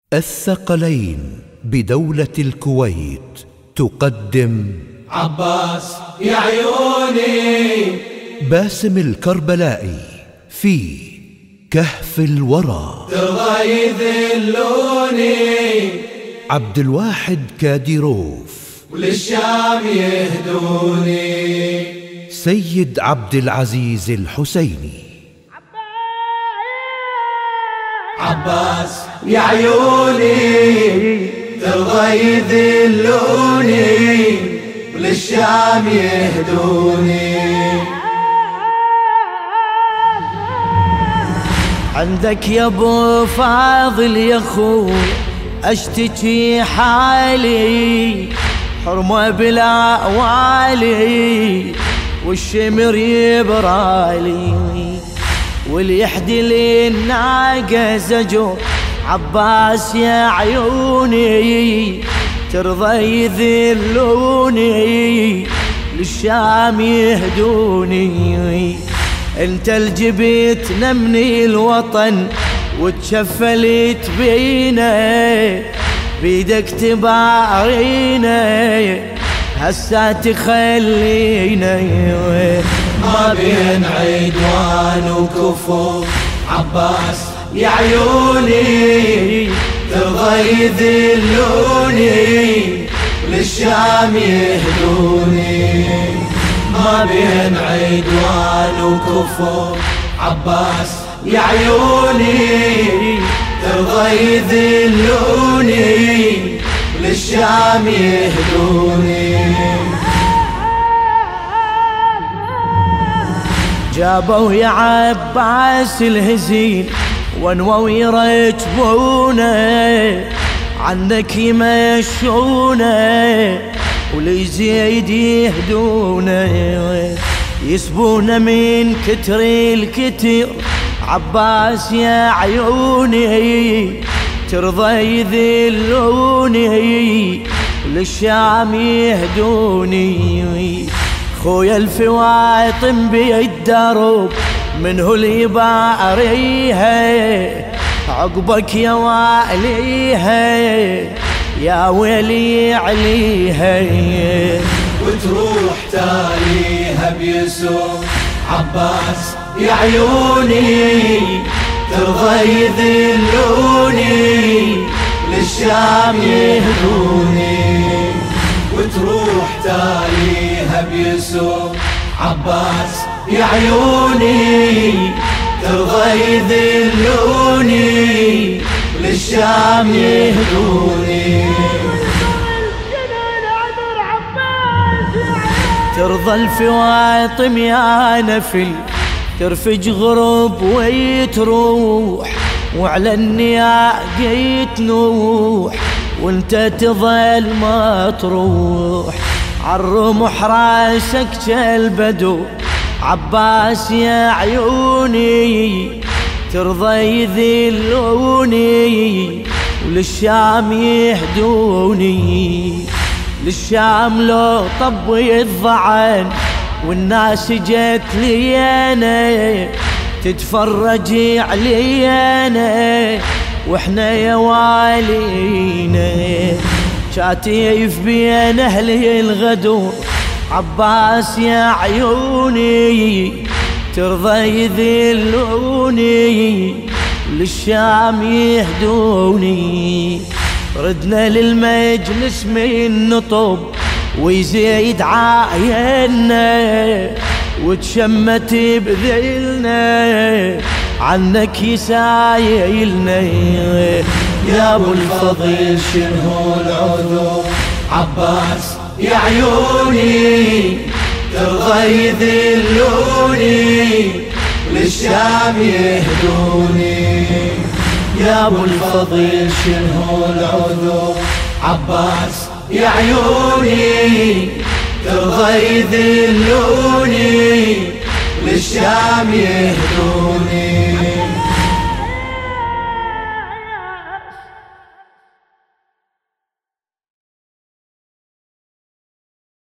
الثقلين بدولة الكويت تقدم عباس يا عيوني باسم الكربلائي في كهف الورى. ترضى يذلوني عبد الواحد كاديروف وللشام يهدوني. سيد عبد العزيز الحسيني. عباس يا عيوني ترضى يذلوني وللشام يهدوني. عندك يا ابو فاضل يا اخوي اشتكي حالي، حرمه بلا والي والشمر يبرالي، واللي يحدي لي الناقه زجور. عباس يا عيوني ترضى يذلوني للشام يهدوني. انت الجبت نمني الوطن وتشفلت بينا، بيدك تبارينا هسا تخلينا ما بين عدوان وكفور. عباس يا عيوني ترضى يذلوني وللشام يهدوني. ما بين عدوان وكفور. عباس يا عيوني ترضى يذلوني وللشام يهدوني. جابوا يا عباس الهزيل ونووا يركبونه، عنك يمشونه وليزيد يهدونه، يسبون من كتر الكتر. عباس يا عيوني ترضى يذلوني وللشام يهدوني. خويا الفواطم بالدرب منه اللي باريها، عقبك يا واليها يا ويلي عليها وتروح تاليها بيسوع. عباس يا عيوني ترضى يذلوني للشام يهدوني. وتروح تاليها بيسوع. عباس يا عيوني ترضى يذلوني للشام يهدوني. ترضى الفواطم يا نفل ترفج غرب ويتروح، وعلى النياقة تنوح وانت تظل ما تروح. عالرمح راسك كالبدو. عباس يا عيوني ترضى يذلوني وللشام يهدوني. للشام لو طب الضعن والناس جت لي انا تتفرج علي انا، واحنا يا والينا شاتيف بين اهلي الغدور. عباس يا عيوني ترضى يذلوني للشام يهدوني. ردنا للمجلس من نطب ويزيد عاينا، وتشمت بذلنا عنك يسايلنا. يا ابو الفضل شنو العذر. عباس يا عيوني ترضى يذلوني للشام يهدوني. يا ابو الفضل شنو العذر. عباس يا عيوني ترضى يذلوني للشام يهدوني.